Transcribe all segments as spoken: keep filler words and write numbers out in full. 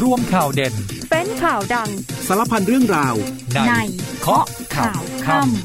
วมข่าวเด่นเป็นข่าวดังสารพันเรื่องราวในเคาะข่าวค่ำ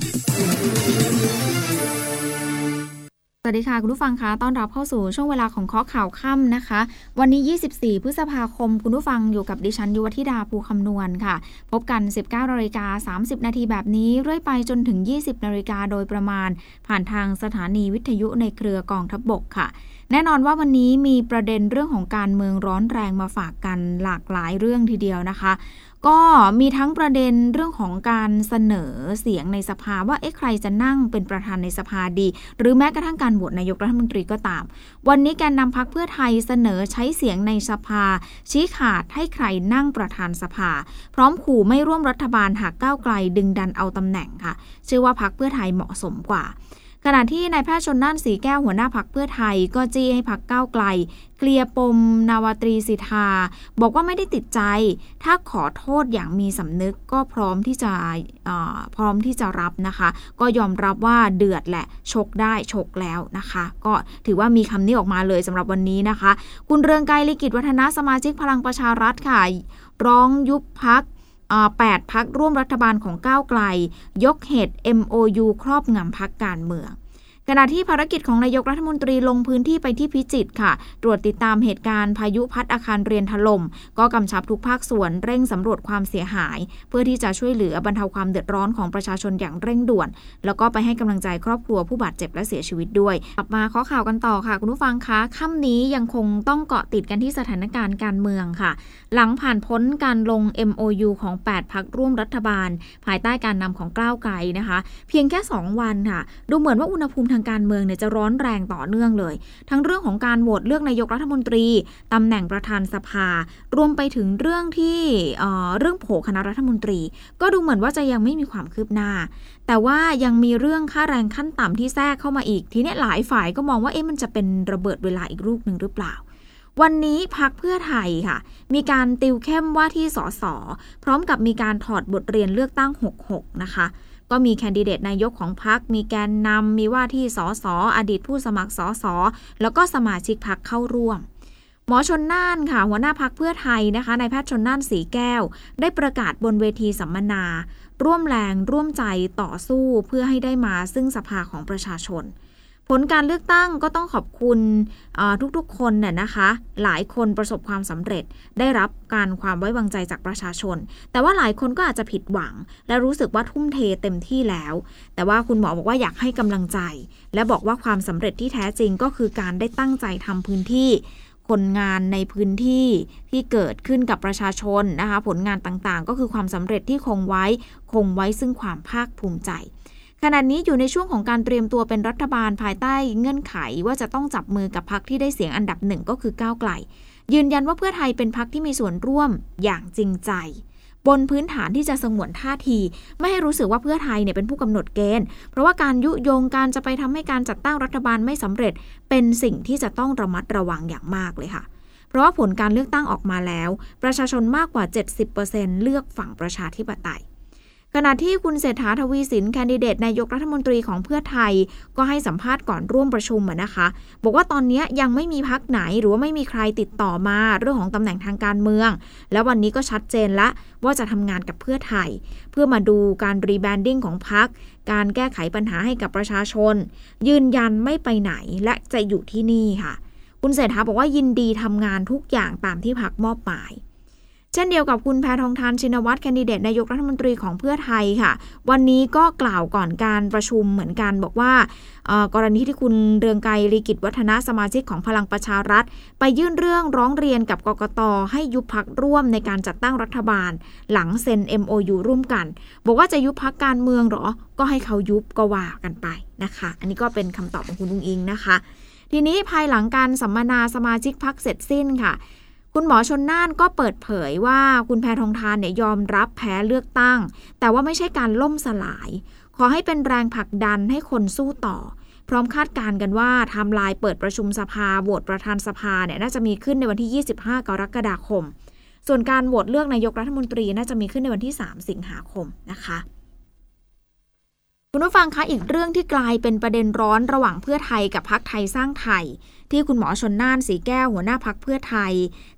สวัสดีค่ะคุณผู้ฟังคะต้อนรับเข้าสู่ช่วงเวลาของเคาะข่าวค่ำนะคะวันนี้ยี่สิบสี่พฤษภาคมคุณผู้ฟังอยู่กับดิฉันยุวธิดาภูคำนวณค่ะพบกัน สิบเก้านาฬิกาสามสิบนาทีแบบนี้เรื่อยไปจนถึงยี่สิบนาฬิกาโดยประมาณผ่านทางสถานีวิทยุในเครือกองทัพบกค่ะแน่นอนว่าวันนี้มีประเด็นเรื่องของการเมืองร้อนแรงมาฝากกันหลากหลายเรื่องทีเดียวนะคะก็มีทั้งประเด็นเรื่องของการเสนอเสียงในสภาว่าเอ๊ะใครจะนั่งเป็นประธานในสภาดีหรือแม้กระทั่งการโหวตนายกรัฐมนตรีก็ตามวันนี้แกนนำพรรคเพื่อไทยเสนอใช้เสียงในสภาชี้ขาดให้ใครนั่งประธานสภาพร้อมขู่ไม่ร่วมรัฐบาลหากก้าวไกลดึงดันเอาตำแหน่งค่ะเชื่อว่าพรรคเพื่อไทยเหมาะสมกว่าขณะที่นายแพทย์ชลน่านสีแก้วหัวหน้าพรรคเพื่อไทยก็จี้ให้พรรคก้าวไกลเคลียร์ปมนาวาตรีสิทธาบอกว่าไม่ได้ติดใจถ้าขอโทษอย่างมีสำนึกก็พร้อมที่จะพร้อมที่จะรับนะคะก็ยอมรับว่าเดือดแหละชกได้ชกแล้วนะคะก็ถือว่ามีคำนี้ออกมาเลยสำหรับวันนี้นะคะคุณเรืองไกร ลีกิจวัฒนะสมาชิกพลังประชารัฐค่ะร้องยุบพรรคแปดพรรคร่วมรัฐบาลของก้าวไกลยกเหตุ เอ็ม โอ ยู ครอบงำพรรคการเมืองขณะที่ภารกิจของนายกรัฐมนตรีลงพื้นที่ไปที่พิจิตรค่ะตรวจติดตามเหตุการณ์พายุพัดอาคารเรียนถล่มก็กำชับทุกภาคส่วนเร่งสำรวจความเสียหายเพื่อที่จะช่วยเหลือบรรเทาความเดือดร้อนของประชาชนอย่างเร่งด่วนแล้วก็ไปให้กำลังใจครอบครัวผู้บาดเจ็บและเสียชีวิตด้วยกลับมาข้อข่าวกันต่อค่ะคุณผู้ฟังคะค่ำนี้ยังคงต้องเกาะติดกันที่สถานการณ์การเมืองค่ะหลังผ่านพ้นการลง เอ็ม โอ ยู ของแปดพรรคร่วมรัฐบาลภายใต้การนำของก้าวไกลนะคะเพียงแค่สองวันค่ะดูเหมือนว่าอุณหภูมิทางการเมืองเนี่ยจะร้อนแรงต่อเนื่องเลยทั้งเรื่องของการโหวตเลือกนายกรัฐมนตรีตำแหน่งประธานสภารวมไปถึงเรื่องที่เอ่อเรื่องโผคณะรัฐมนตรีก็ดูเหมือนว่าจะยังไม่มีความคืบหน้าแต่ว่ายังมีเรื่องค่าแรงขั้นต่ำที่แทรกเข้ามาอีกทีนี้หลายฝ่ายก็มองว่าเอ๊ะมันจะเป็นระเบิดเวลาอีกลูกนึงหรือเปล่าวันนี้พรรคเพื่อไทยค่ะมีการติวเข้มว่าที่สสพร้อมกับมีการถอดบทเรียนเลือกตั้งหกหกนะคะก็มีแคนดิเดตนายกของพรรคมีแกนนำมีว่าที่สสอดีตผู้สมัครสสแล้วก็สมาชิกพรรคเข้าร่วมหมอชลน่านค่ะหัวหน้าพรรคเพื่อไทยนะคะนายแพทย์ชลน่านสีแก้วได้ประกาศบนเวทีสัมมนาร่วมแรงร่วมใจต่อสู้เพื่อให้ได้มาซึ่งสภาของประชาชนผลการเลือกตั้งก็ต้องขอบคุณทุกๆคนเนี่ยนะคะหลายคนประสบความสำเร็จได้รับการความไว้วางใจจากประชาชนแต่ว่าหลายคนก็อาจจะผิดหวังและรู้สึกว่าทุ่มเทเต็มที่แล้วแต่ว่าคุณหมอบอกว่าอยากให้กำลังใจและบอกว่าความสำเร็จที่แท้จริงก็คือการได้ตั้งใจทำพื้นที่คนงานในพื้นที่ที่เกิดขึ้นกับประชาชนนะคะผลงานต่างๆก็คือความสำเร็จที่คงไว้คงไว้ซึ่งความภาคภูมิใจขณะนี้อยู่ในช่วงของการเตรียมตัวเป็นรัฐบาลภายใต้เงื่อนไขว่าจะต้องจับมือกับพรรคที่ได้เสียงอันดับหนึ่งก็คือก้าวไกลยืนยันว่าเพื่อไทยเป็นพรรคที่มีส่วนร่วมอย่างจริงใจบนพื้นฐานที่จะสงวนท่าทีไม่ให้รู้สึกว่าเพื่อไทยเนี่ยเป็นผู้กำหนดเกณฑ์เพราะว่าการยุยงการจะไปทำให้การจัดตั้งรัฐบาลไม่สำเร็จเป็นสิ่งที่จะต้องระมัดระวังอย่างมากเลยค่ะเพราะว่าผลการเลือกตั้งออกมาแล้วประชาชนมากกว่า เจ็ดสิบเปอร์เซ็นต์ เลือกฝั่งประชาธิปไตยขณะที่คุณเศรษฐาทวีสินแคนดิเดตนายกรัฐมนตรีของเพื่อไทยก็ให้สัมภาษณ์ก่อนร่วมประชุมนะคะบอกว่าตอนนี้ยังไม่มีพรรคไหนหรือว่าไม่มีใครติดต่อมาเรื่องของตำแหน่งทางการเมืองแล้ววันนี้ก็ชัดเจนละว่าจะทำงานกับเพื่อไทยเพื่อมาดูการรีแบรนดิ้งของพรรคการแก้ไขปัญหาให้กับประชาชนยืนยันไม่ไปไหนและจะอยู่ที่นี่ค่ะคุณเศรษฐาบอกว่ายินดีทำงานทุกอย่างตามที่พรรคมอบหมายเช่นเดียวกับคุณแพทองธารชินวัตรแคนดิเดตนายกรัฐมนตรีของเพื่อไทยค่ะวันนี้ก็กล่าวก่อนการประชุมเหมือนกันบอกว่ากรณีที่คุณเรืองไกร ลีกิจวัฒนะสมาชิกของพลังประชารัฐไปยื่นเรื่องร้องเรียนกับกกต.ให้ยุบพรรคร่วมในการจัดตั้งรัฐบาลหลังเซ็น เอ็ม โอ ยู ร่วมกันบอกว่าจะยุบพรรคการเมืองหรอก็ให้เขายุบก็ว่ากันไปนะคะอันนี้ก็เป็นคำตอบของคุณอุ้งอิงนะคะทีนี้ภายหลังการสัมมนาสมาชิกพรรคเสร็จสิ้นค่ะคุณหมอชลน่านก็เปิดเผยว่าคุณแพทองธารเนี่ยยอมรับแพ้เลือกตั้งแต่ว่าไม่ใช่การล่มสลายขอให้เป็นแรงผลักดันให้คนสู้ต่อพร้อมคาดการณ์กันว่าไทม์ไลน์เปิดประชุมสภาโหวตประธานสภาเนี่ยน่าจะมีขึ้นในวันที่ยี่สิบห้ากรกฎาคมส่วนการโหวตเลือกนายกรัฐมนตรีน่าจะมีขึ้นในวันที่สามสิงหาคมนะคะคุณผู้ฟังคะอีกเรื่องที่กลายเป็นประเด็นร้อนระหว่างเพื่อไทยกับพรรคไทยสร้างไทยที่คุณหมอชลน่านสีแก้วหัวหน้าพรรคเพื่อไทยกับ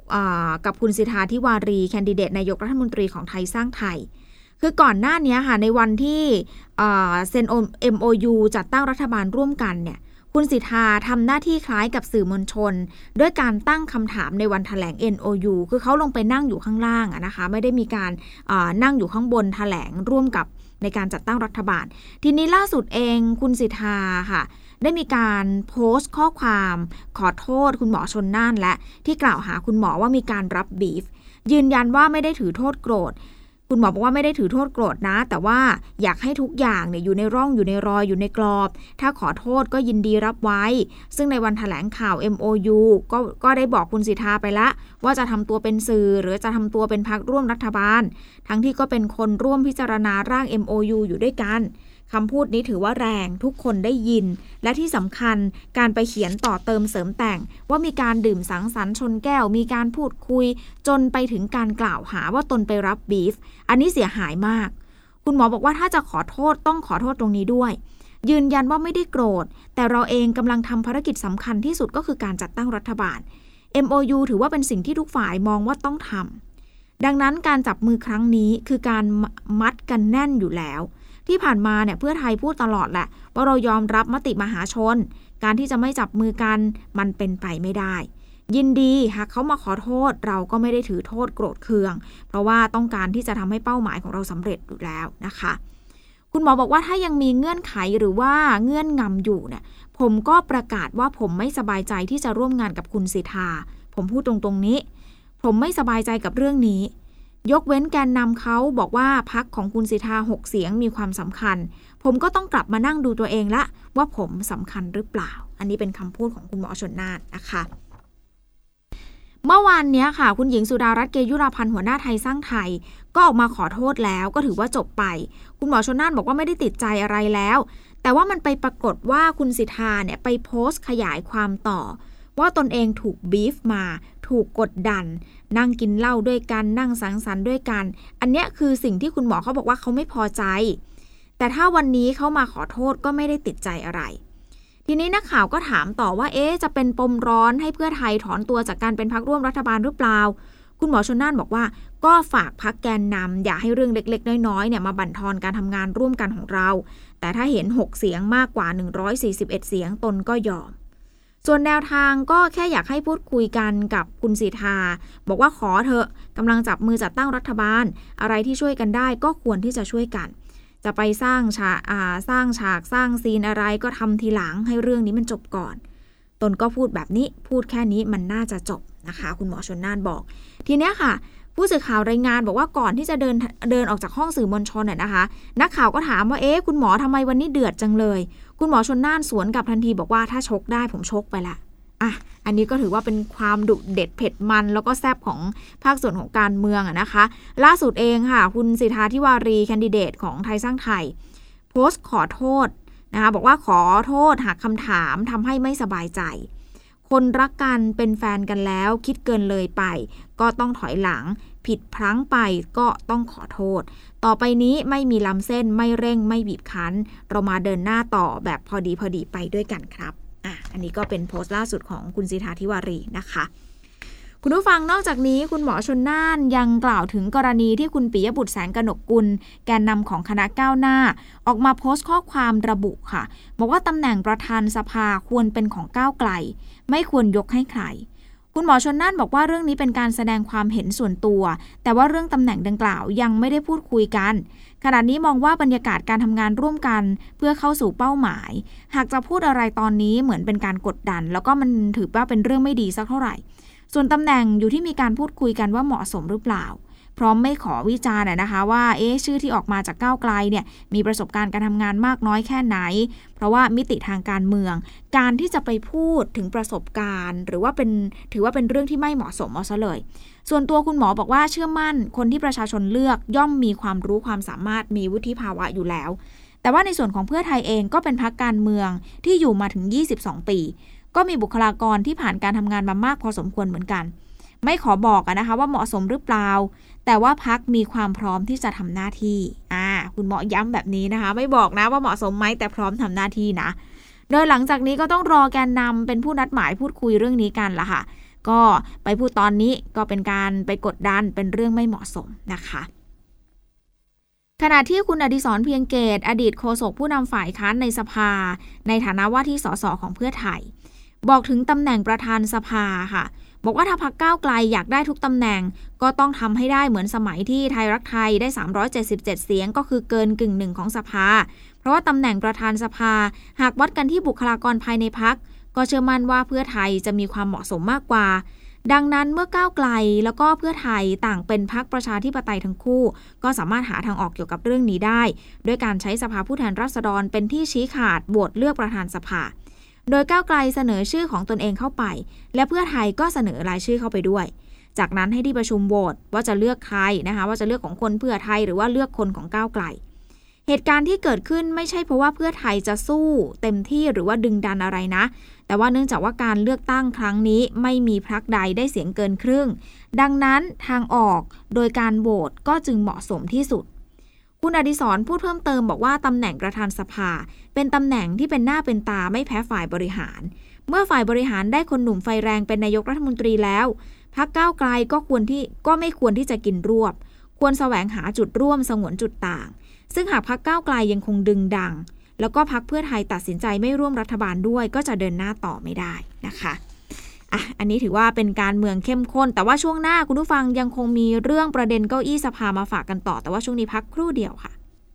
กับคุณสิทธาธิวารีแคนดิเดตนายกรัฐมนตรีของไทยสร้างไทยคือก่อนหน้านี้ค่ะในวันที่เซ็น เอ็ม โอ ยู จัดตั้งรัฐบาลร่วมกันเนี่ยคุณสิทธาทำหน้าที่คล้ายกับสื่อมวลชนด้วยการตั้งคำถามในวันแถลง เอ็ม โอ ยู คือเขาลงไปนั่งอยู่ข้างล่างนะคะไม่ได้มีการนั่งอยู่ข้างบนแถลงร่วมกับในการจัดตั้งรัฐบาลทีนี้ล่าสุดเองคุณสิทธาค่ะได้มีการโพสต์ข้อความขอโทษคุณหมอชลน่านและที่กล่าวหาคุณหมอว่ามีการรับบีฟยืนยันว่าไม่ได้ถือโทษโกรธคุณหมอบอกว่าไม่ได้ถือโทษโกรธนะแต่ว่าอยากให้ทุกอย่างเนี่ยอยู่ในร่องอยู่ในรอยอยู่ในกรอบถ้าขอโทษก็ยินดีรับไว้ซึ่งในวันแถลงข่าว เอ็ม โอ ยู ก็ก็ได้บอกคุณสิทธาไปแล้วว่าจะทำตัวเป็นสื่อหรือจะทำตัวเป็นพรรคร่วมรัฐบาลทั้งที่ก็เป็นคนร่วมพิจารณาร่าง เอ็ม โอ ยู อยู่ด้วยกันคำพูดนี้ถือว่าแรงทุกคนได้ยินและที่สำคัญการไปเขียนต่อเติมเสริมแต่งว่ามีการดื่มสังสรรค์ชนแก้วมีการพูดคุยจนไปถึงการกล่าวหาว่าตนไปรับบีฟอันนี้เสียหายมากคุณหมอบอกว่าถ้าจะขอโทษต้องขอโทษตรงนี้ด้วยยืนยันว่าไม่ได้โกรธแต่เราเองกำลังทำภารกิจสำคัญที่สุดก็คือการจัดตั้งรัฐบาล เอ็ม โอ ยู ถือว่าเป็นสิ่งที่ทุกฝ่ายมองว่าต้องทำดังนั้นการจับมือครั้งนี้คือการมัดกันแน่นอยู่แล้วที่ผ่านมาเนี่ยเพื่อไทยพูดตลอดแหละว่าเรายอมรับมติมหาชนการที่จะไม่จับมือกันมันเป็นไปไม่ได้ยินดีหากเขามาขอโทษเราก็ไม่ได้ถือโทษโกรธเคืองเพราะว่าต้องการที่จะทำให้เป้าหมายของเราสำเร็จอยู่แล้วนะคะคุณหมอบอกว่าถ้ายังมีเงื่อนไขหรือว่าเงื่อนงำอยู่เนี่ยผมก็ประกาศว่าผมไม่สบายใจที่จะร่วมงานกับคุณสิทธาผมพูดตรงๆนี้ผมไม่สบายใจกับเรื่องนี้ยกเว้นแกนนำเขาบอกว่าพรรคของคุณสิทธาหกเสียงมีความสำคัญผมก็ต้องกลับมานั่งดูตัวเองละว่าผมสำคัญหรือเปล่าอันนี้เป็นคำพูดของคุณหมอชลน่านนะคะเมื่อวานนี้ค่ะคุณหญิงสุดารัตน์เกยุราพันธ์หัวหน้าไทยสร้างไทยก็ออกมาขอโทษแล้วก็ถือว่าจบไปคุณหมอชลน่านบอกว่าไม่ได้ติดใจอะไรแล้วแต่ว่ามันไปปรากฏว่าคุณสิทธาเนี่ยไปโพสต์ขยายความต่อว่าตนเองถูกบีฟมาถูกกดดันนั่งกินเหล้าด้วยกันนั่งสังสรรค์ด้วยกันอันเนี้ยคือสิ่งที่คุณหมอเขาบอกว่าเขาไม่พอใจแต่ถ้าวันนี้เขามาขอโทษก็ไม่ได้ติดใจอะไรทีนี้นักข่าวก็ถามต่อว่าเอ๊ะจะเป็นปมร้อนให้เพื่อไทยถอนตัวจากการเป็นพรรคร่วมรัฐบาลหรือเปล่าคุณหมอชลน่านบอกว่าก็ฝากพรรคแกนนำอย่าให้เรื่องเล็กๆน้อยๆเนี่ยมาบั่นทอนการทำงานร่วมกันของเราแต่ถ้าเห็นหกเสียงมากกว่าหนึ่งร้อยสี่สิบเอ็ดเสียงตนก็ยอมส่วนแนวทางก็แค่อยากให้พูดคุยกันกับคุณสิทธาบอกว่าขอเถอะกำลังจับมือจัดตั้งรัฐบาลอะไรที่ช่วยกันได้ก็ควรที่จะช่วยกันจะไปสร้างฉากอ่าสร้างฉากสร้างซีนอะไรก็ทำทีหลังให้เรื่องนี้มันจบก่อนตนก็พูดแบบนี้พูดแค่นี้มันน่าจะจบนะคะคุณหมอชลน่านบอกทีเนี้ยค่ะผู้สื่อข่าวรายงานบอกว่าก่อนที่จะเดินเดินออกจากห้องสื่อมวลชนเนี่ยนะคะนักข่าวก็ถามว่าเอ๊ะคุณหมอทำไมวันนี้เดือดจังเลยคุณหมอชลน่านสวนกลับทันทีบอกว่าถ้าชกได้ผมชกไปละอ่ะอันนี้ก็ถือว่าเป็นความดุเด็ดเผ็ดมันแล้วก็แซ่บของภาคส่วนของการเมืองอะนะคะล่าสุดเองค่ะคุณสิทธาธิวารีแคนดิเดตของไทยสร้างไทยโพสต์ขอโทษนะคะบอกว่าขอโทษหากคำถามทำให้ไม่สบายใจคนรักกันเป็นแฟนกันแล้วคิดเกินเลยไปก็ต้องถอยหลังผิดพลั้งไปก็ต้องขอโทษต่อไปนี้ไม่มีล้ำเส้นไม่เร่งไม่บีบคั้นเรามาเดินหน้าต่อแบบพอดีพอดีไปด้วยกันครับอ่ะอันนี้ก็เป็นโพสต์ล่าสุดของคุณสิทธาธิวารีนะคะคุณผู้ฟังนอกจากนี้คุณหมอชลน่านยังกล่าวถึงกรณีที่คุณปิยบุตรแสงกนกกุลแกนนำของคณะก้าวหน้าออกมาโพสต์ข้อความระบุค่ะบอกว่าตำแหน่งประธานสภาควรเป็นของก้าวไกลไม่ควรยกให้ใครคุณหมอชลน่านบอกว่าเรื่องนี้เป็นการแสดงความเห็นส่วนตัวแต่ว่าเรื่องตำแหน่งดังกล่าวยังไม่ได้พูดคุยกันขณะนี้มองว่าบรรยากาศการทำงานร่วมกันเพื่อเข้าสู่เป้าหมายหากจะพูดอะไรตอนนี้เหมือนเป็นการกดดันแล้วก็มันถือว่าเป็นเรื่องไม่ดีสักเท่าไหร่ส่วนตำแหน่งอยู่ที่มีการพูดคุยกันว่าเหมาะสมหรือเปล่าพร้อมไม่ขอวิจารณ์นะคะว่าเอ๊ะชื่อที่ออกมาจากก้าวไกลเนี่ยมีประสบการณ์การทำงานมากน้อยแค่ไหนเพราะว่ามิติทางการเมืองการที่จะไปพูดถึงประสบการณ์หรือว่าเป็นถือว่าเป็นเรื่องที่ไม่เหมาะสมเอาซะเลยส่วนตัวคุณหมอบอกว่าเชื่อมั่นคนที่ประชาชนเลือกย่อมมีความรู้ความสามารถมีวุฒิภาวะอยู่แล้วแต่ว่าในส่วนของเพื่อไทยเองก็เป็นพรรคการเมืองที่อยู่มาถึงยี่สิบสองปีก็มีบุคลากรที่ผ่านการทำงานมามากพอสมควรเหมือนกันไม่ขอบอกนะคะว่าเหมาะสมหรือเปล่าแต่ว่าพรรคมีความพร้อมที่จะทำหน้าที่อ่าคุณหมอย้ำแบบนี้นะคะไม่บอกนะว่าเหมาะสมไหมแต่พร้อมทำหน้าที่นะโดยหลังจากนี้ก็ต้องรอแกนนำเป็นผู้นัดหมายพูดคุยเรื่องนี้กันละค่ะก็ไปพูดตอนนี้ก็เป็นการไปกดดันเป็นเรื่องไม่เหมาะสมนะคะขณะที่คุณอดิศรเพียงเกตอดีตโฆษกผู้นำฝ่ายค้านในสภาในฐานะว่าที่สสของเพื่อไทยบอกถึงตำแหน่งประธานสภาค่ะบอกว่าถ้าพรรคก้าวไกลอยากได้ทุกตำแหน่งก็ต้องทำให้ได้เหมือนสมัยที่ไทยรักไทยได้สามร้อยเจ็ดสิบเจ็ดเสียงก็คือเกินกึ่งหนึ่งของสภาเพราะว่าตำแหน่งประธานสภาหากวัดกันที่บุคลากรภายในพรรคก็เชื่อมั่นว่าเพื่อไทยจะมีความเหมาะสมมากกว่าดังนั้นเมื่อก้าวไกลแล้วก็เพื่อไทยต่างเป็นพรรคประชาธิปไตยทั้งคู่ก็สามารถหาทางออกเกี่ยวกับเรื่องนี้ได้ด้วยการใช้สภาผู้แทนราษฎรเป็นที่ชี้ขาดโหวตเลือกประธานสภาโดยก้าวไกลเสนอชื่อของตนเองเข้าไปและเพื่อไทยก็เสนอรายชื่อเข้าไปด้วยจากนั้นให้ที่ประชุมโหวตว่าจะเลือกใครนะคะว่าจะเลือกของคนเพื่อไทยหรือว่าเลือกคนของก้าวไกลเหตุการณ์ที่เกิดขึ้นไม่ใช่เพราะว่าเพื่อไทยจะสู้เต็มที่หรือว่าดึงดันอะไรนะแต่ว่าเนื่องจากว่าการเลือกตั้งครั้งนี้ไม่มีพรรคใดได้เสียงเกินครึ่งดังนั้นทางออกโดยการโหวตก็จึงเหมาะสมที่สุดคุณอดิศรพูดเพิ่มเติมบอกว่าตำแหน่งประธานสภาเป็นตำแหน่งที่เป็นหน้าเป็นตาไม่แพ้ฝ่ายบริหารเมื่อฝ่ายบริหารได้คนหนุ่มไฟแรงเป็นนายกรัฐมนตรีแล้วพรรคก้าวไกลก็ควรที่ก็ไม่ควรที่จะกินรวบควรแสวงหาจุดร่วมสงวนจุดต่างซึ่งหากพรรคก้าวไกลยังคงดึงดังแล้วก็พรรคเพื่อไทยตัดสินใจไม่ร่วมรัฐบาลด้วยก็จะเดินหน้าต่อไม่ได้นะคะอ่ะอันนี้ถือว่าเป็นการเมืองเข้มข้นแต่ว่าช่วงหน้าคุณผู้ฟังยังคงมีเรื่องประเด็นเก้าอี้สภามาฝากกันต่อแต่ว่าช่วงนี้พักครู่เดียวค่ะ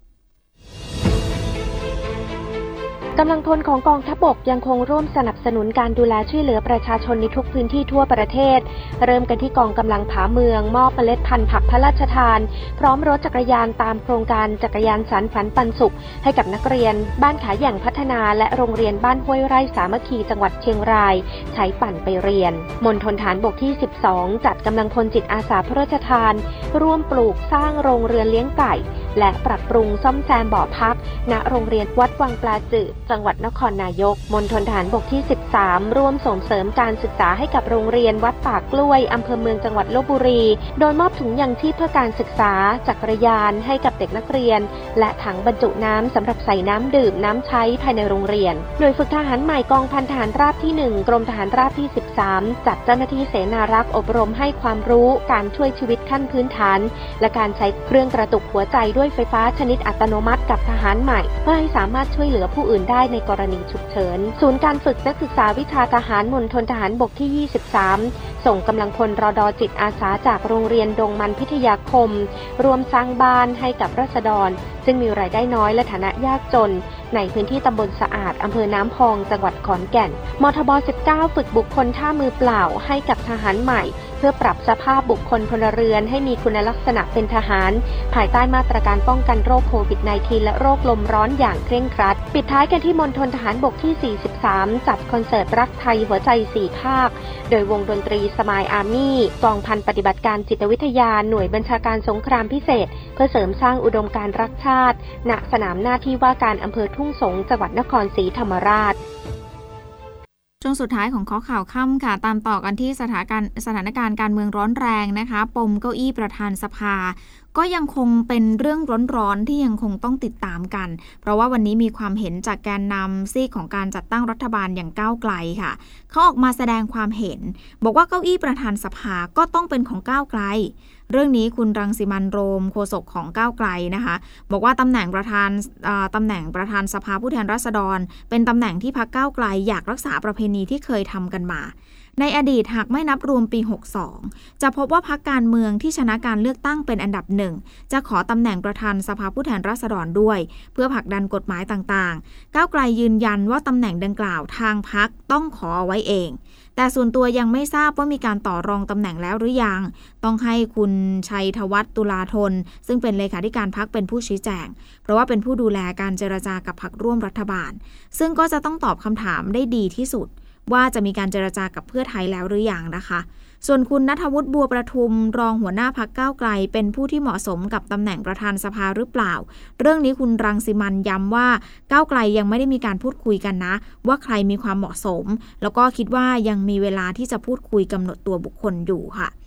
กำลังพลของกองทัพบกยังคงร่วมสนับสนุนการดูแลช่วยเหลือประชาชนในทุกพื้นที่ทั่วประเทศเริ่มกันที่กองกำลังผาเมืองมอบเมล็ดพันธุ์ผักพระราชทานพร้อมรถจักรยานตามโครงการจักรยานสานฝันปันสุขให้กับนักเรียนบ้านขาแหย่งพัฒนาและโรงเรียนบ้านห้วยไร่สามัคคีจังหวัดเชียงรายใช้ปั่นไปเรียนมณฑลฐานบกที่สิบสองจัดกำลังพลจิตอาสาพระราชทานร่วมปลูกสร้างโรงเรือนเลี้ยงไก่และปรับปรุงซ่อมแซมบ่อพักณโรงเรียนวัดวังปลาจืดจังหวัดนครนายกมณฑลฐานบกที่สิบสามร่วมส่งเสริมการศึกษาให้กับโรงเรียนวัดปากกล้วยอำเภอเมืองจังหวัดลพบุรีโดยมอบถุงยังชีพเพื่อการศึกษาจักรยานให้กับเด็กนักเรียนและถังบรรจุน้ำสำหรับใส่น้ำดื่มน้ำใช้ภายในโรงเรียนหน่วยฝึกทหารใหม่กองพันทหารราบที่หนึ่งกรมทหารราบที่สิบสามจัดเจ้าหน้าที่เสนารักษ์อบรมให้ความรู้การช่วยชีวิตขั้นพื้นฐานและการใช้เครื่องกระตุกหัวใจด้วยไฟฟ้าชนิดอัตโนมัติกับทหารใหม่เพื่อให้สามารถช่วยเหลือผู้อื่นได้ในกรณีฉุกเฉินศูนย์การฝึกนักศึกษาวิชาทหารมณฑลทหารบกที่ยี่สิบสามส่งกำลังพลรด.จิตอาสาจากโรงเรียนดงมันพิทยาคมรวมสร้างบ้านให้กับราษฎรซึ่งมีรายได้น้อยและฐานะยากจนในพื้นที่ตำบลสะอาดอำเภอน้ำพองจังหวัดขอนแก่นมทบสิบเก้าฝึกบุคคลท่ามือเปล่าให้กับทหารใหม่เพื่อปรับสภาพบุคคลพลเรือนให้มีคุณลักษณะเป็นทหารภายใต้มาตรการป้องกันโรคโควิด สิบเก้า และโรคลมร้อนอย่างเคร่งครัดปิดท้ายกันที่มณฑลทหารบกที่สี่สิบสามจัดคอนเสิร์ตรักไทยหัวใจสี่ภาคโดยวงดนตรีสมายอาร์มี่กองพันปฏิบัติการจิตวิทยาหน่วยบัญชาการสงครามพิเศษเพื่อเสริมสร้างอุดมการณ์รักชาติณสนามหน้าที่ว่าการอำเภอทุ่งสงจังหวัดนครศรีธรรมราชช่วงสุดท้ายของข้อข่าวค่ำค่ะตามต่อกันที่สถานการณ์สถานการณ์การเมืองร้อนแรงนะคะปมเก้าอี้ประธานสภาก็ยังคงเป็นเรื่องร้อนๆที่ยังคงต้องติดตามกันเพราะว่าวันนี้มีความเห็นจากแกนนำซีกของการจัดตั้งรัฐบาลอย่างก้าวไกลค่ะเขาออกมาแสดงความเห็นบอกว่าเก้าอี้ประธานสภาก็ต้องเป็นของก้าวไกลเรื่องนี้คุณรังสิมันต์โรมโฆษกของก้าวไกลนะคะบอกว่าตำแหน่งประธานตำแหน่งประธานสภาผู้แทนราษฎรเป็นตำแหน่งที่พรรคก้าวไกลอยากรักษาประเพณีที่เคยทำกันมาในอดีตหากไม่นับรวมปีหกสิบสองจะพบว่าพรรคการเมืองที่ชนะการเลือกตั้งเป็นอันดับหนึ่งจะขอตำแหน่งประธานสภาผู้แทนราษฎรด้วยเพื่อผลักดันกฎหมายต่างๆก้าวไกลยืนยันว่าตำแหน่งดังกล่าวทางพรรคต้องขอเอาไว้เองแต่ส่วนตัวยังไม่ทราบว่ามีการต่อรองตำแหน่งแล้วหรือยังต้องให้คุณชัยธวัฒน์ตุลาธนซึ่งเป็นเลขาธิการพรรคเป็นผู้ชี้แจงเพราะว่าเป็นผู้ดูแลการเจรจากับพรรคร่วมรัฐบาลซึ่งก็จะต้องตอบคำถามได้ดีที่สุดว่าจะมีการเจรจากับเพื่อไทยแล้วหรือยังนะคะส่วนคุณณัฐวุฒิบัวประทุมรองหัวหน้าพรรคก้าวไกลเป็นผู้ที่เหมาะสมกับตำแหน่งประธานสภาหรือเปล่าเรื่องนี้คุณรังสิมันต์ย้ำว่าก้าวไกลยังไม่ได้มีการพูดคุยกันนะว่าใครมีความเหมาะสมแล้วก็คิดว่ายังมีเวลาที่จะพูดคุยกำหนดตัวบุคคลอยู่ค่ะ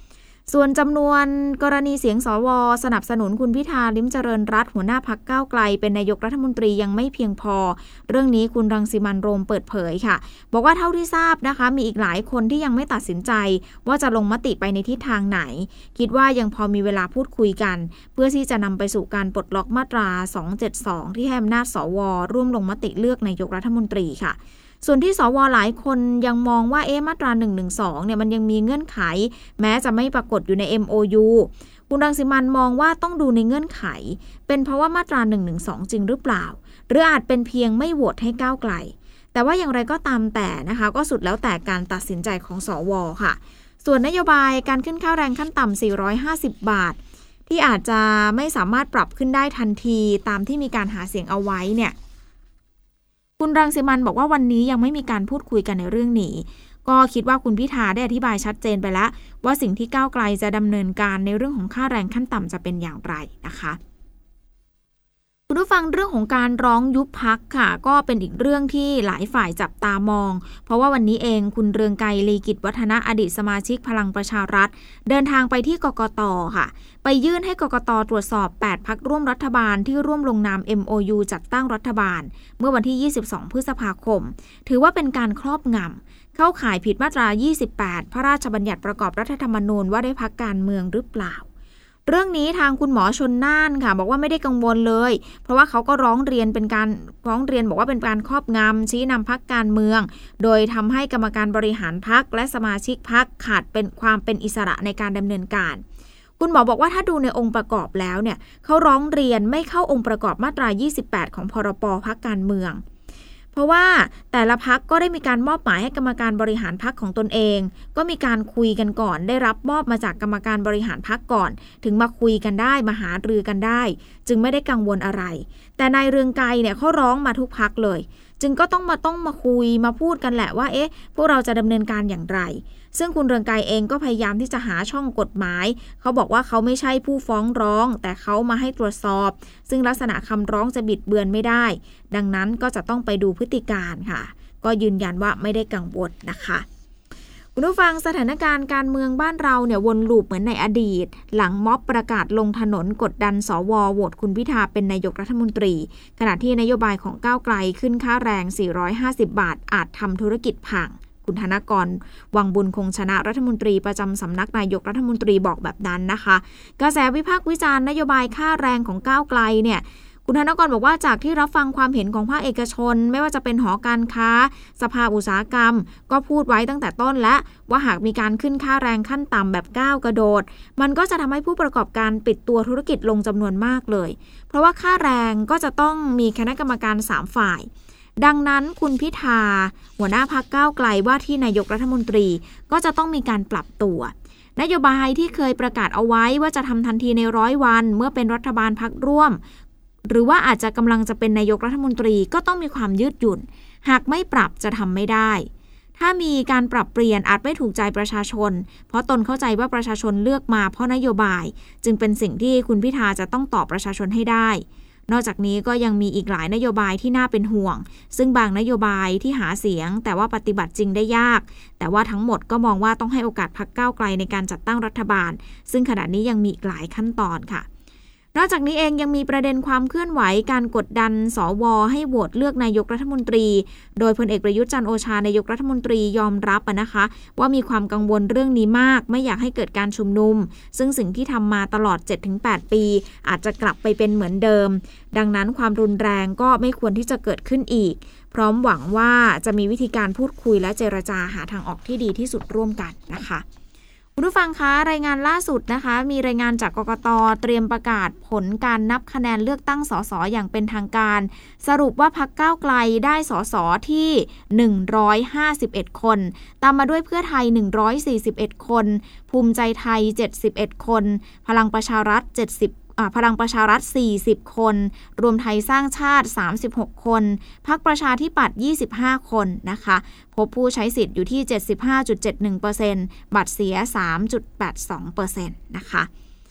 ส่วนจำนวนกรณีเสียงสวสนับสนุนคุณพิธาลิ้มเจริญรัตน์หัวหน้าพรรคก้าวไกลเป็นนายกรัฐมนตรียังไม่เพียงพอเรื่องนี้คุณรังสิมันต์โรมเปิดเผยค่ะบอกว่าเท่าที่ทราบนะคะมีอีกหลายคนที่ยังไม่ตัดสินใจว่าจะลงมติไปในทิศทางไหนคิดว่ายังพอมีเวลาพูดคุยกันเพื่อที่จะนำไปสู่การปลดล็อกมาตราสองเจ็ดสองที่ให้อำนาจสวร่วมลงมติเลือกนายกรัฐมนตรีค่ะส่วนที่สวหลายคนยังมองว่าเอ๊ะมาตราหนึ่งหนึ่งสองเนี่ยมันยังมีเงื่อนไขแม้จะไม่ปรากฏอยู่ใน เอ็ม โอ ยู คุณรังสิมันต์มองว่าต้องดูในเงื่อนไขเป็นเพราะว่ามาตราหนึ่งหนึ่งสองจริงหรือเปล่าหรืออาจเป็นเพียงไม่โหวตให้ก้าวไกลแต่ว่าอย่างไรก็ตามแต่นะคะก็สุดแล้วแต่การตัดสินใจของสวค่ะส่วนนโยบายการขึ้นค่าแรงขั้นต่ำสี่ร้อยห้าสิบบาทที่อาจจะไม่สามารถปรับขึ้นได้ทันทีตามที่มีการหาเสียงเอาไว้เนี่ยคุณรังสิมันต์บอกว่าวันนี้ยังไม่มีการพูดคุยกันในเรื่องนี้ก็คิดว่าคุณพิธาได้อธิบายชัดเจนไปแล้วว่าสิ่งที่ก้าวไกลจะดำเนินการในเรื่องของค่าแรงขั้นต่ำจะเป็นอย่างไรนะคะคุณผู้ฟังเรื่องของการร้องยุบพรรคค่ะก็เป็นอีกเรื่องที่หลายฝ่ายจับตามองเพราะว่าวันนี้เองคุณเรืองไกร ลีกิจวัฒนะอดีตสมาชิกพลังประชารัฐเดินทางไปที่กกต.ค่ะไปยื่นให้กกต.ตรวจสอบแปดพรรคร่วมรัฐบาลที่ร่วมลงนาม เอ็ม โอ ยู จัดตั้งรัฐบาลเมื่อวันที่ยี่สิบสองพฤษภาคมถือว่าเป็นการครอบงำเข้าข่ายผิดมาตรายี่สิบแปดพระราชบัญญัติประกอบรัฐธรรมนูญว่าได้พรรคการเมืองหรือเปล่าเรื่องนี้ทางคุณหมอชลน่านค่ะบอกว่าไม่ได้กังวลเลยเพราะว่าเขาก็ร้องเรียนเป็นการร้องเรียนบอกว่าเป็นการครอบงำชี้นำพรรคการเมืองโดยทำให้กรรมการบริหารพรรคและสมาชิกพรรคขาดเป็นความเป็นอิสระในการดำเนินการคุณหมอบอกว่าถ้าดูในองค์ประกอบแล้วเนี่ยเขาร้องเรียนไม่เข้าองค์ประกอบมาตรายี่สิบแปดของพรบพรรคการเมืองเพราะว่าแต่ละพรรคก็ได้มีการมอบหมายให้กรรมการบริหารพรรคของตนเองก็มีการคุยกันก่อนได้รับมอบมาจากกรรมการบริหารพรรคก่อนถึงมาคุยกันได้มาหารือกันได้จึงไม่ได้กังวลอะไรแต่นายเรืองไกรเนี่ยเขาร้องมาทุกพรรคเลยจึงก็ต้องมาต้องมาคุยมาพูดกันแหละว่าเอ๊ะพวกเราจะดำเนินการอย่างไรซึ่งคุณเรืองไกรเองก็พยายามที่จะหาช่องกฎหมายเขาบอกว่าเขาไม่ใช่ผู้ฟ้องร้องแต่เขามาให้ตรวจสอบซึ่งลักษณะคำร้องจะบิดเบือนไม่ได้ดังนั้นก็จะต้องไปดูพฤติการค่ะก็ยืนยันว่าไม่ได้กังวลนะคะคุณผู้ฟังสถานการณ์การเมืองบ้านเราเนี่ยวนลูปเหมือนในอดีตหลังม็อบประกาศลงถนนกดดันสวโหวตคุณพิธาเป็นนายกรัฐมนตรีขณะที่นโยบายของก้าวไกลขึ้นค่าแรงสี่ร้อยห้าสิบบาทอาจทำธุรกิจพังคุณธนกรวังบุญคงชนะรัฐมนตรีประจำสำนักนายกรัฐมนตรีบอกแบบนั้นนะคะกระแสวิพากษ์วิจารณ์นโยบายค่าแรงของก้าวไกลเนี่ยคุณธนกรบอกว่าจากที่รับฟังความเห็นของภาคเอกชนไม่ว่าจะเป็นหอการค้าสภาอุตสาหกรรมก็พูดไว้ตั้งแต่ต้นแล้วว่าหากมีการขึ้นค่าแรงขั้นต่ำแบบก้าวกระโดดมันก็จะทำให้ผู้ประกอบการปิดตัวธุรกิจลงจำนวนมากเลยเพราะว่าค่าแรงก็จะต้องมีคณะกรรมการสามฝ่ายดังนั้นคุณพิธาหัวหน้าพรรคก้าวไกลว่าที่นายกรัฐมนตรีก็จะต้องมีการปรับตัวนโยบายที่เคยประกาศเอาไว้ว่าจะทำทันทีในร้อยวันเมื่อเป็นรัฐบาลพรรคร่วมหรือว่าอาจจะกำลังจะเป็นนายกรัฐมนตรีก็ต้องมีความยืดหยุ่นหากไม่ปรับจะทำไม่ได้ถ้ามีการปรับเปลี่ยนอาจไม่ถูกใจประชาชนเพราะตนเข้าใจว่าประชาชนเลือกมาเพราะนโยบายจึงเป็นสิ่งที่คุณพิธาจะต้องตอบประชาชนให้ได้นอกจากนี้ก็ยังมีอีกหลายนโยบายที่น่าเป็นห่วงซึ่งบางนโยบายที่หาเสียงแต่ว่าปฏิบัติจริงได้ยากแต่ว่าทั้งหมดก็มองว่าต้องให้โอกาสพรรคก้าวไกลในการจัดตั้งรัฐบาลซึ่งขณะนี้ยังมีอีกหลายขั้นตอนค่ะนอกจากนี้เองยังมีประเด็นความเคลื่อนไหวการกดดันสวให้โหวตเลือกนายกรัฐมนตรีโดยพลเอกประยุทธ์จันทร์โอชานายกรัฐมนตรียอมรับนะคะว่ามีความกังวลเรื่องนี้มากไม่อยากให้เกิดการชุมนุมซึ่งสิ่งที่ทำมาตลอด เจ็ดถึงแปด ปีอาจจะกลับไปเป็นเหมือนเดิมดังนั้นความรุนแรงก็ไม่ควรที่จะเกิดขึ้นอีกพร้อมหวังว่าจะมีวิธีการพูดคุยและเจรจาหาทางออกที่ดีที่สุดร่วมกันนะคะคุณผู้ฟังคะรายงานล่าสุดนะคะมีรายงานจากกกต.เตรียมประกาศผลการนับคะแนนเลือกตั้งสสอย่างเป็นทางการสรุปว่าพรรคก้าวไกลได้สสที่หนึ่งร้อยห้าสิบเอ็ดคนตามมาด้วยเพื่อไทยหนึ่งร้อยสี่สิบเอ็ดคนภูมิใจไทยเจ็ดสิบเอ็ดคนพลังประชารัฐเจ็ดสิบพลังประชารัฐสี่สิบคนรวมไทยสร้างชาติสามสิบหกคนพรรคประชาธิปัตย์ยี่สิบห้าคนนะคะพบผู้ใช้สิทธิ์อยู่ที่ เจ็ดสิบห้าจุดเจ็ดหนึ่งเปอร์เซ็นต์ บัตรเสีย สามจุดแปดสองเปอร์เซ็นต์ นะคะ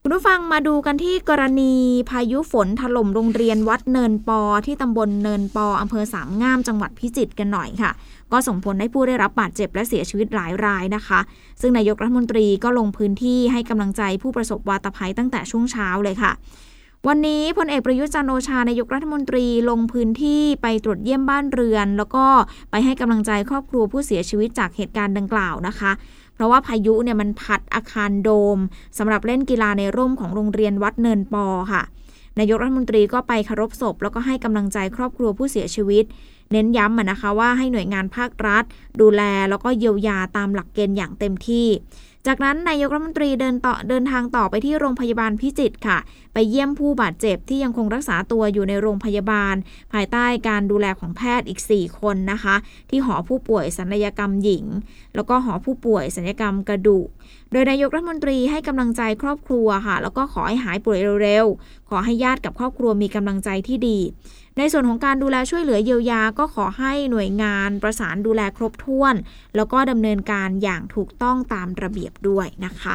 คุณผู้ฟังมาดูกันที่กรณีพายุฝนถล่มโรงเรียนวัดเนินปอที่ตำบลเนินปออำเภอสามงามจังหวัดพิจิตรกันหน่อยค่ะก็ส่งผลให้ผู้ได้รับบาดเจ็บและเสียชีวิตหลายรายนะคะซึ่งนายกรัฐมนตรีก็ลงพื้นที่ให้กำลังใจผู้ประสบวาตภัยตั้งแต่ช่วงเช้าเลยค่ะวันนี้พลเอกประยุทธ์จันทร์โอชานายกรัฐมนตรีลงพื้นที่ไปตรวจเยี่ยมบ้านเรือนแล้วก็ไปให้กำลังใจครอบครัวผู้เสียชีวิตจากเหตุการณ์ดังกล่าวนะคะเพราะว่าพายุเนี่ยมันพัดอาคารโดมสำหรับเล่นกีฬาในร่มของโรงเรียนวัดเนินปอค่ะนายกรัฐมนตรีก็ไปเคารพศพแล้วก็ให้กำลังใจครอบครัวผู้เสียชีวิตเน้นย้ำนะคะว่าให้หน่วยงานภาครัฐดูแลแล้วก็เยียวยาตามหลักเกณฑ์อย่างเต็มที่จากนั้นนายกรัฐมนตรีเดินต่อเดินทางต่อไปที่โรงพยาบาลพิจิตรค่ะไปเยี่ยมผู้บาดเจ็บที่ยังคงรักษาตัวอยู่ในโรงพยาบาลภายใต้การดูแลของแพทย์อีกสี่คนนะคะที่หอผู้ป่วยศัลยกรรมหญิงแล้วก็หอผู้ป่วยศัลยกรรมกระดูกโดยนายกรัฐมนตรีให้กำลังใจครอบครัวค่ะแล้วก็ขอให้หายป่วยเร็วๆขอให้ญาติกับครอบครัวมีกำลังใจที่ดีในส่วนของการดูแลช่วยเหลือเยียวยาก็ขอให้หน่วยงานประสานดูแลครบถ้วนแล้วก็ดำเนินการอย่างถูกต้องตามระเบียบด้วยนะคะ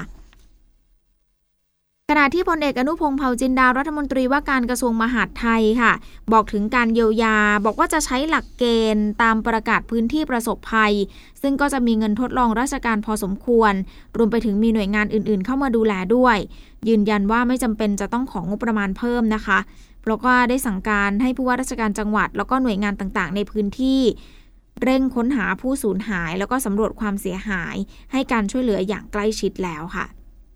ขณะที่พลเอกอนุพงษ์เผ่าจินดารัฐมนตรีว่าการกระทรวงมหาดไทยค่ะบอกถึงการเยียวยาบอกว่าจะใช้หลักเกณฑ์ตามประกาศพื้นที่ประสบภัยซึ่งก็จะมีเงินทดลองราชการพอสมควรรวมไปถึงมีหน่วยงานอื่นๆเข้ามาดูแลด้วยยืนยันว่าไม่จำเป็นจะต้องของงบประมาณเพิ่มนะคะแล้วก็ได้สั่งการให้ผู้ว่าราชการจังหวัดแล้วก็หน่วยงานต่างๆในพื้นที่เร่งค้นหาผู้สูญหายแล้วก็สำรวจความเสียหายให้การช่วยเหลืออย่างใกล้ชิดแล้วค่ะ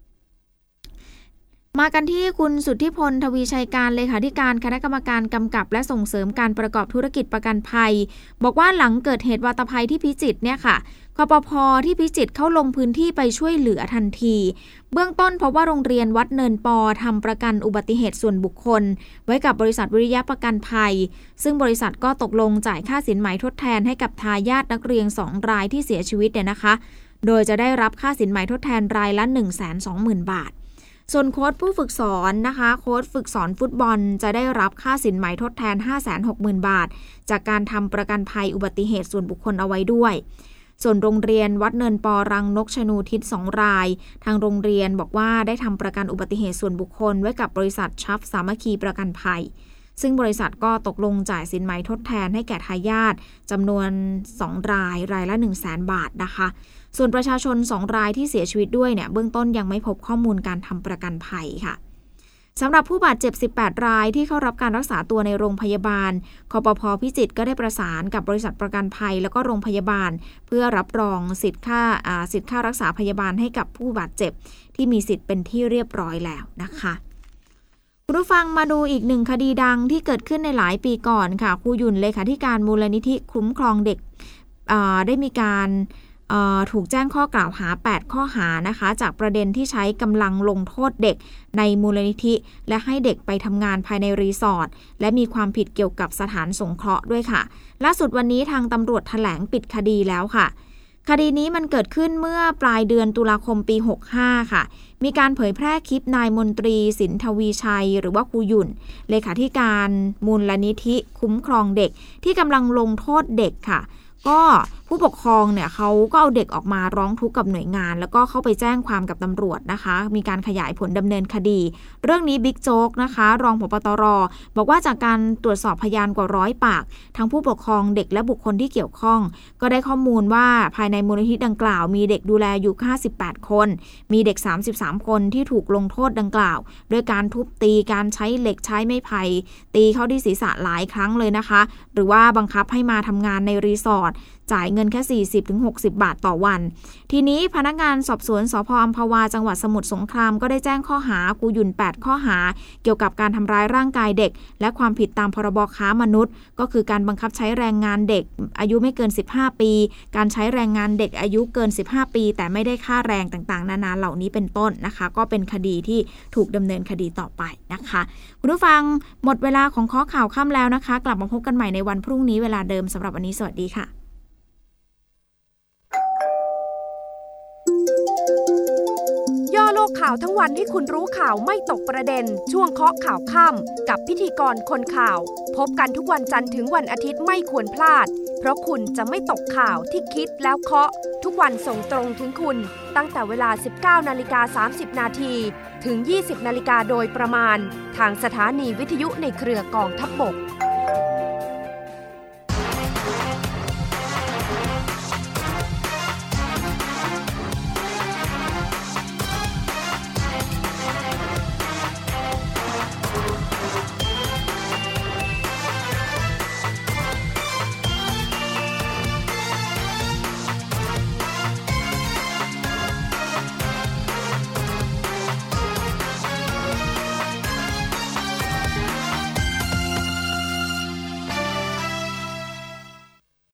มากันที่คุณสุทธิพลทวีชัยการเลขาธิการคณะกรรมการกำกับและส่งเสริมการประกอบธุรกิจประกันภัยบอกว่าหลังเกิดเหตุวาตภัยที่พิจิตรเนี่ยค่ะคปภ.ที่พิจิตรเข้าลงพื้นที่ไปช่วยเหลือทันทีเบื้องต้นเพราะว่าโรงเรียนวัดเนินปอทำประกันอุบัติเหตุส่วนบุคคลไว้กับบริษัทวิริยะประกันภัยซึ่งบริษัทก็ตกลงจ่ายค่าสินไหมทดแทนให้กับทายาทนักเรียนสองรายที่เสียชีวิตเนี่ยนะคะโดยจะได้รับค่าสินไหมทดแทนรายละ หนึ่งแสนสองหมื่น บาทส่วนโค้ชผู้ฝึกสอนนะคะโค้ชฝึกสอนฟุตบอลจะได้รับค่าสินไหมทดแทน ห้าแสนหกหมื่น บาทจากการทำประกันภัยอุบัติเหตุส่วนบุคคลเอาไว้ด้วยส่วนโรงเรียนวัดเนินปอรังนกชนูทิศสองรายทางโรงเรียนบอกว่าได้ทำประกันอุบัติเหตุส่วนบุคคลไว้กับบริษัทชัฟสามัคคีประกันภัยซึ่งบริษัทก็ตกลงจ่ายสินไหมทดแทนให้แก่ทายาทจำนวนสองรายรายละ หนึ่งแสน บาทนะคะส่วนประชาชนสองรายที่เสียชีวิตด้วยเนี่ยเบื้องต้นยังไม่พบข้อมูลการทำประกันภัยค่ะสำหรับผู้บาดเจ็บสิบแปดรายที่เข้ารับการรักษาตัวในโรงพยาบาลคปภ.พิจิตรก็ได้ประสานกับบริษัทประกันภัยแล้วก็โรงพยาบาลเพื่อรับรองสิทธิ์ค่าอ่าสิทธิ์ค่ารักษาพยาบาลให้กับผู้บาดเจ็บที่มีสิทธิ์เป็นที่เรียบร้อยแล้วนะคะคุณผู้ฟังมาดูอีกหนึ่งคดีดังที่เกิดขึ้นในหลายปีก่อนค่ะครูหยุ่นเลขาธิการมูลนิธิคุ้มครองเด็กได้มีการถูกแจ้งข้อกล่าวหาแปดข้อหานะคะจากประเด็นที่ใช้กำลังลงโทษเด็กในมูลนิธิและให้เด็กไปทำงานภายในรีสอร์ทและมีความผิดเกี่ยวกับสถานสงเคราะห์ด้วยค่ะล่าสุดวันนี้ทางตำรวจแถลงปิดคดีแล้วค่ะคดีนี้มันเกิดขึ้นเมื่อปลายเดือนตุลาคมปีหกสิบห้าค่ะมีการเผยแพร่คลิปนายมนตรีสินทวีชัยหรือว่าครูหยุ่นเลขาธิการมูลนิธิคุ้มครองเด็กที่กำลังลงโทษเด็กค่ะก็ผู้ปกครองเนี่ยเขาก็เอาเด็กออกมาร้องทุกข์กับหน่วยงานแล้วก็เข้าไปแจ้งความกับตำรวจนะคะมีการขยายผลดำเนินคดีเรื่องนี้บิ๊กโจ๊กนะคะรองผบ.ตร.บอกว่าจากการตรวจสอบพยานกว่าร้อยปากทั้งผู้ปกครองเด็กและบุคคลที่เกี่ยวข้องก็ได้ข้อมูลว่าภายในมูลนิธิดังกล่าวมีเด็กดูแลอยู่ห้าสิบแปดคนมีเด็กสามสิบสามคนที่ถูกลงโทษดังกล่าวด้วยการทุบตีการใช้เหล็กใช้ไม้ไผ่ตีเข้าที่ศีรษะหลายครั้งเลยนะคะหรือว่าบังคับให้มาทำงานในรีสอร์ทจ่ายเงินแค่ สี่สิบถึงหกสิบ บาทต่อวันทีนี้พนักงานสอบสวนสภ.อัมพวาจังหวัดสมุทรสงครามก็ได้แจ้งข้อหาครูหยุ่นแปดข้อหาเกี่ยวกับการทำร้ายร่างกายเด็กและความผิดตามพรบค้ามนุษย์ก็คือการบังคับใช้แรงงานเด็กอายุไม่เกินสิบห้าปีการใช้แรงงานเด็กอายุเกินสิบห้าปีแต่ไม่ได้ค่าแรงต่างๆนานาเหล่านี้เป็นต้นนะคะก็เป็นคดีที่ถูกดำเนินคดีต่อไปนะคะคุณผู้ฟังหมดเวลาของข้อข่าวค่ำแล้วนะคะกลับมาพบกันใหม่ในวันพรุ่งนี้เวลาเดิมสำหรับวันนี้สวัสดีค่ะย่อโลกข่าวทั้งวันให้คุณรู้ข่าวไม่ตกประเด็นช่วงเคาะข่าวค่ำกับพิธีกรคนข่าวพบกันทุกวันจันทร์ถึงวันอาทิตย์ไม่ควรพลาดเพราะคุณจะไม่ตกข่าวที่คิดแล้วเคาะทุกทุกวันส่งตรงถึงคุณตั้งแต่เวลา สิบเก้านาฬิกาสามสิบนาทีถึง ยี่สิบนาฬิกาโดยประมาณทางสถานีวิทยุในเครือกองทัพบก